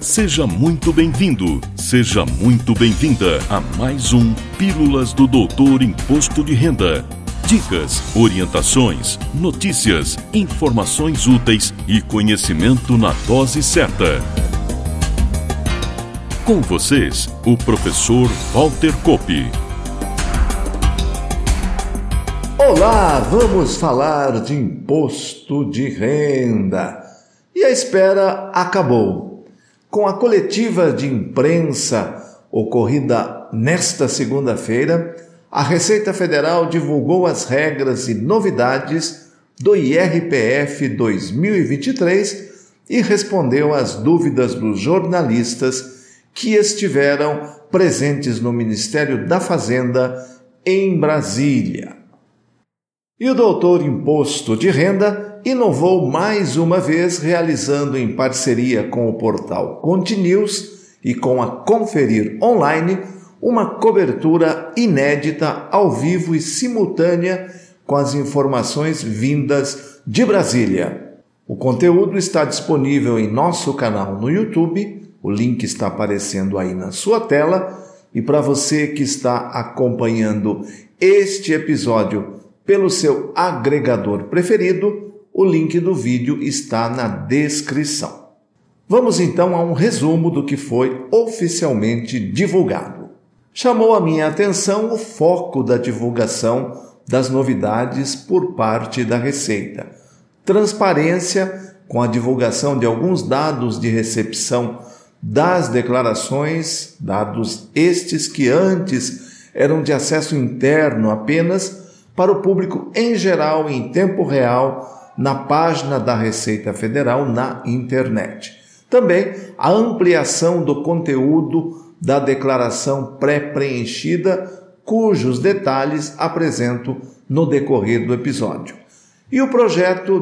Seja muito bem-vindo, seja muito bem-vinda a mais um Pílulas do Doutor Imposto de Renda. Dicas, orientações, notícias, informações úteis e conhecimento na dose certa. Com vocês, o professor Walter Coppi. Olá, vamos falar de imposto de renda. E a espera acabou. Com a coletiva de imprensa ocorrida nesta segunda-feira, a Receita Federal divulgou as regras e novidades do IRPF 2023 e respondeu às dúvidas dos jornalistas que estiveram presentes no Ministério da Fazenda em Brasília. E o doutor Imposto de Renda inovou mais uma vez, realizando em parceria com o portal Continews e com a Conferir Online, uma cobertura inédita, ao vivo e simultânea com as informações vindas de Brasília. O conteúdo está disponível em nosso canal no YouTube, o link está aparecendo aí na sua tela, e para você que está acompanhando este episódio pelo seu agregador preferido, o link do vídeo está na descrição. Vamos então a um resumo do que foi oficialmente divulgado. Chamou a minha atenção o foco da divulgação das novidades por parte da Receita. Transparência com a divulgação de alguns dados de recepção das declarações, dados estes que antes eram de acesso interno apenas para o público em geral em tempo real na página da Receita Federal na internet. Também a ampliação do conteúdo da declaração pré-preenchida, cujos detalhes apresento no decorrer do episódio. E o projeto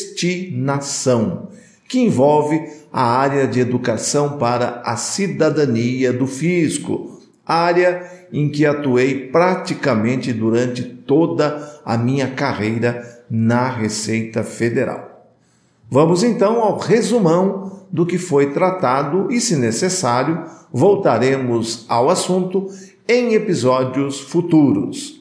Destinação, que envolve a área de educação para a cidadania do fisco, área em que atuei praticamente durante toda a minha carreira na Receita Federal. Vamos então ao resumão do que foi tratado e, se necessário, voltaremos ao assunto em episódios futuros.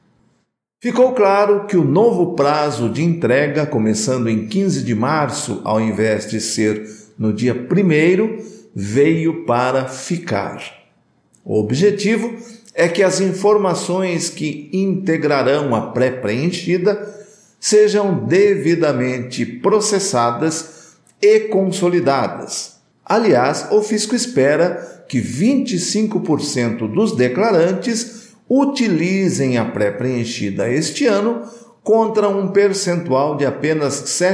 Ficou claro que o novo prazo de entrega, começando em 15 de março, ao invés de ser no dia 1º, veio para ficar. O objetivo é que as informações que integrarão a pré-preenchida sejam devidamente processadas e consolidadas. Aliás, o fisco espera que 25% dos declarantes utilizem a pré-preenchida este ano, contra um percentual de apenas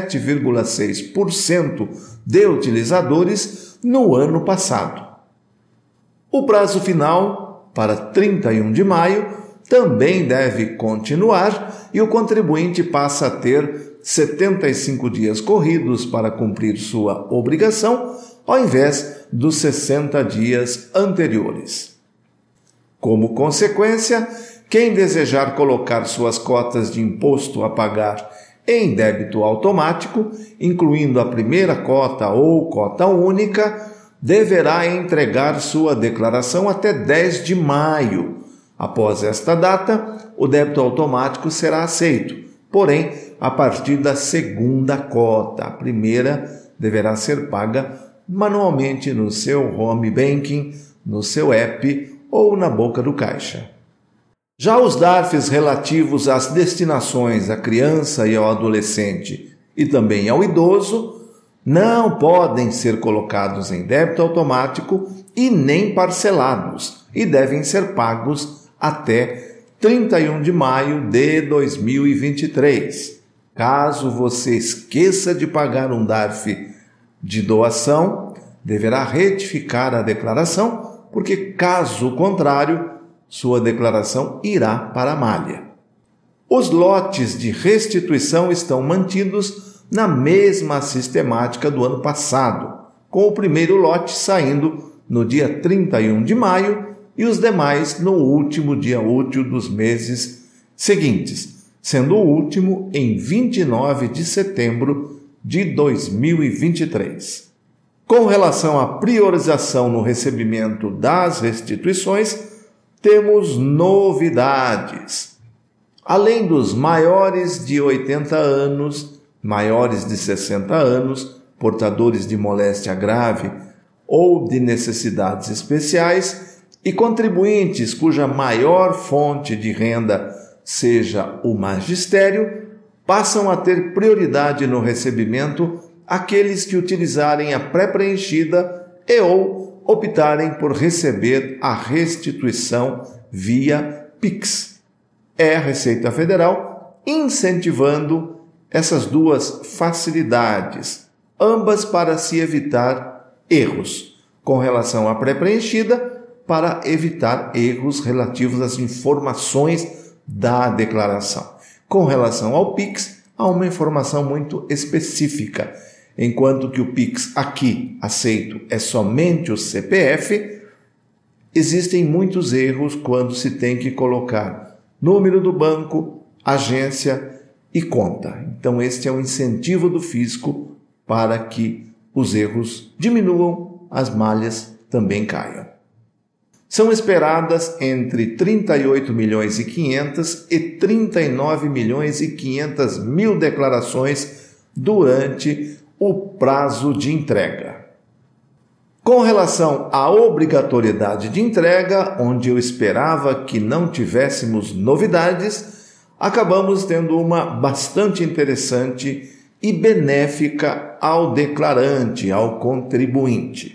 7,6% de utilizadores no ano passado. O prazo final, para 31 de maio, também deve continuar e o contribuinte passa a ter 75 dias corridos para cumprir sua obrigação, ao invés dos 60 dias anteriores. Como consequência, quem desejar colocar suas cotas de imposto a pagar em débito automático, incluindo a primeira cota ou cota única, deverá entregar sua declaração até 10 de maio. Após esta data, o débito automático será aceito, porém, a partir da segunda cota. A primeira deverá ser paga manualmente no seu home banking, no seu app ou na boca do caixa. Já os DARFs relativos às destinações à criança e ao adolescente e também ao idoso não podem ser colocados em débito automático e nem parcelados e devem ser pagos até 31 de maio de 2023. Caso você esqueça de pagar um DARF de doação, deverá retificar a declaração, porque caso contrário, sua declaração irá para a malha. Os lotes de restituição estão mantidos na mesma sistemática do ano passado, com o primeiro lote saindo no dia 31 de maio e os demais no último dia útil dos meses seguintes, sendo o último em 29 de setembro de 2023. Com relação à priorização no recebimento das restituições, temos novidades. Além dos maiores de 80 anos, maiores de 60 anos, portadores de moléstia grave ou de necessidades especiais e contribuintes cuja maior fonte de renda seja o magistério, passam a ter prioridade no recebimento aqueles que utilizarem a pré-preenchida e ou optarem por receber a restituição via Pix. É a Receita Federal incentivando essas duas facilidades, ambas para se evitar erros. Com relação à pré-preenchida, para evitar erros relativos às informações da declaração. Com relação ao Pix, há uma informação muito específica. Enquanto que o Pix aqui aceito é somente o CPF, existem muitos erros quando se tem que colocar número do banco, agência e conta. Então este é um incentivo do fisco para que os erros diminuam, as malhas também caiam. São esperadas entre 38 milhões e 500 e 39 milhões e 500 mil declarações durante o prazo de entrega. Com relação à obrigatoriedade de entrega, onde eu esperava que não tivéssemos novidades, acabamos tendo uma bastante interessante e benéfica ao declarante, ao contribuinte.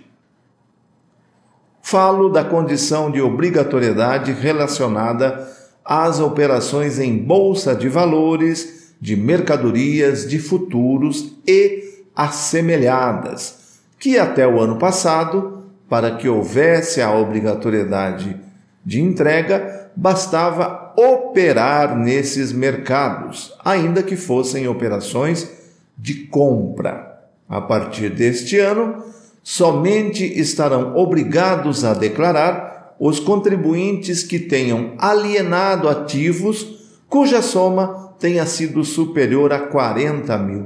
Falo da condição de obrigatoriedade relacionada às operações em bolsa de valores, de mercadorias, de futuros e assemelhadas, que até o ano passado, para que houvesse a obrigatoriedade de entrega, bastava operar nesses mercados, ainda que fossem operações de compra. A partir deste ano, somente estarão obrigados a declarar os contribuintes que tenham alienado ativos cuja soma tenha sido superior a R$40 mil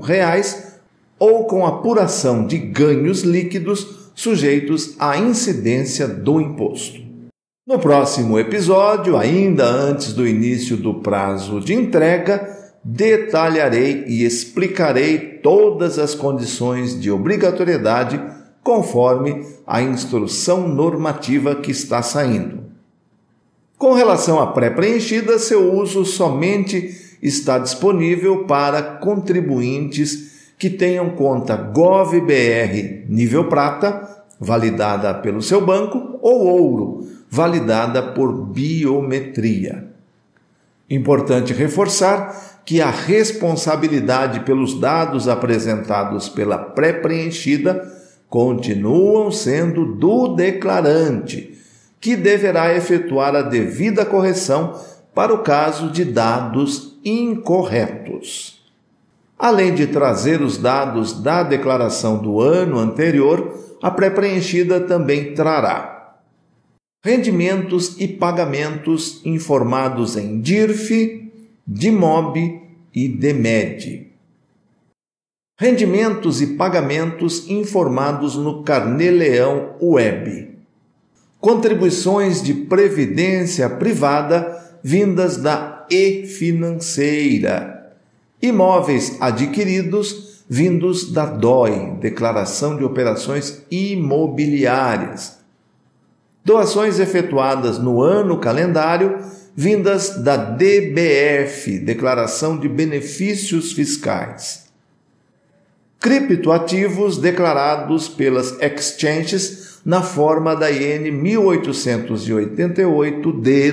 ou com apuração de ganhos líquidos sujeitos à incidência do imposto. No próximo episódio, ainda antes do início do prazo de entrega, detalharei e explicarei todas as condições de obrigatoriedade conforme a instrução normativa que está saindo. Com relação à pré-preenchida, seu uso somente está disponível para contribuintes que tenham conta GovBR nível prata, validada pelo seu banco, ou ouro, validada por biometria. Importante reforçar que a responsabilidade pelos dados apresentados pela pré-preenchida continuam sendo do declarante, que deverá efetuar a devida correção para o caso de dados incorretos. Além de trazer os dados da declaração do ano anterior, a pré-preenchida também trará rendimentos e pagamentos informados em DIRF, DIMOB e DEMED. Rendimentos e pagamentos informados no Carnê-Leão Web. Contribuições de previdência privada vindas da e-financeira. Imóveis adquiridos vindos da DOI, Declaração de Operações Imobiliárias. Doações efetuadas no ano calendário vindas da DBF, Declaração de Benefícios Fiscais. Criptoativos declarados pelas exchanges na forma da IN 1888 de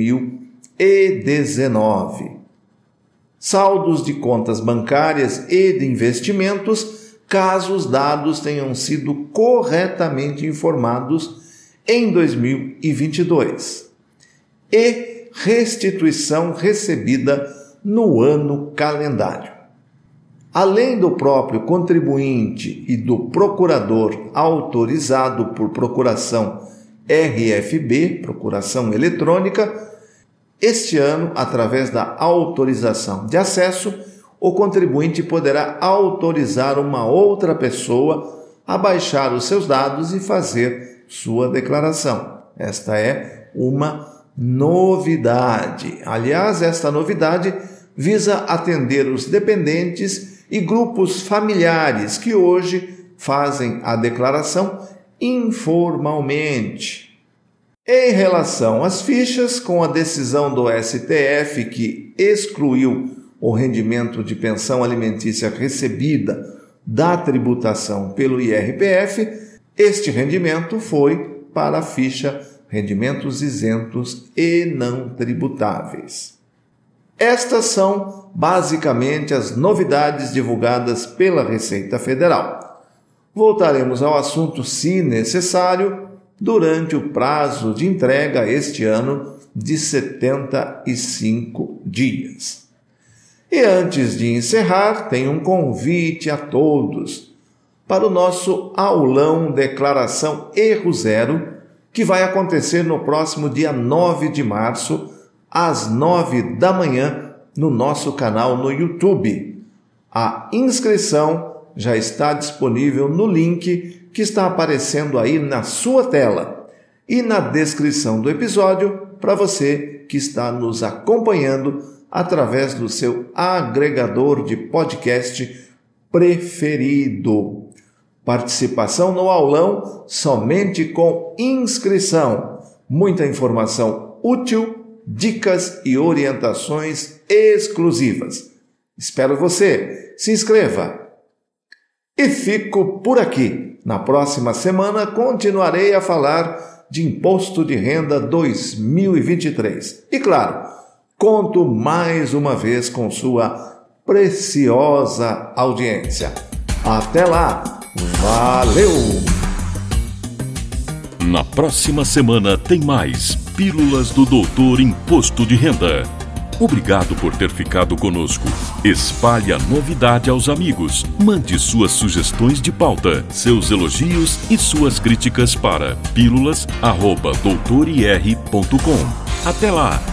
2019. Saldos de contas bancárias e de investimentos, caso os dados tenham sido corretamente informados em 2022. E restituição recebida no ano calendário. Além do próprio contribuinte e do procurador autorizado por procuração RFB, procuração eletrônica, este ano, através da autorização de acesso, o contribuinte poderá autorizar uma outra pessoa a baixar os seus dados e fazer sua declaração. Esta é uma novidade. Aliás, esta novidade visa atender os dependentes e grupos familiares que hoje fazem a declaração informalmente. Em relação às fichas, com a decisão do STF que excluiu o rendimento de pensão alimentícia recebida da tributação pelo IRPF, este rendimento foi para a ficha rendimentos isentos e não tributáveis. Estas são basicamente as novidades divulgadas pela Receita Federal. Voltaremos ao assunto, se necessário, durante o prazo de entrega este ano de 75 dias. E antes de encerrar, tenho um convite a todos para o nosso aulão Declaração Erro Zero, que vai acontecer no próximo dia 9 de março, às 9 da manhã, no nosso canal no YouTube. A inscrição já está disponível no link que está aparecendo aí na sua tela e na descrição do episódio para você que está nos acompanhando através do seu agregador de podcast preferido. Participação no aulão somente com inscrição. Muita informação útil, dicas e orientações exclusivas. Espero você. Se inscreva. E fico por aqui. Na próxima semana continuarei a falar de Imposto de Renda 2023. E claro, conto mais uma vez com sua preciosa audiência. Até lá! Valeu! Na próxima semana tem mais Pílulas do Doutor Imposto de Renda. Obrigado por ter ficado conosco. Espalhe a novidade aos amigos. Mande suas sugestões de pauta, seus elogios e suas críticas para pílulas@doutorir.com. Até lá!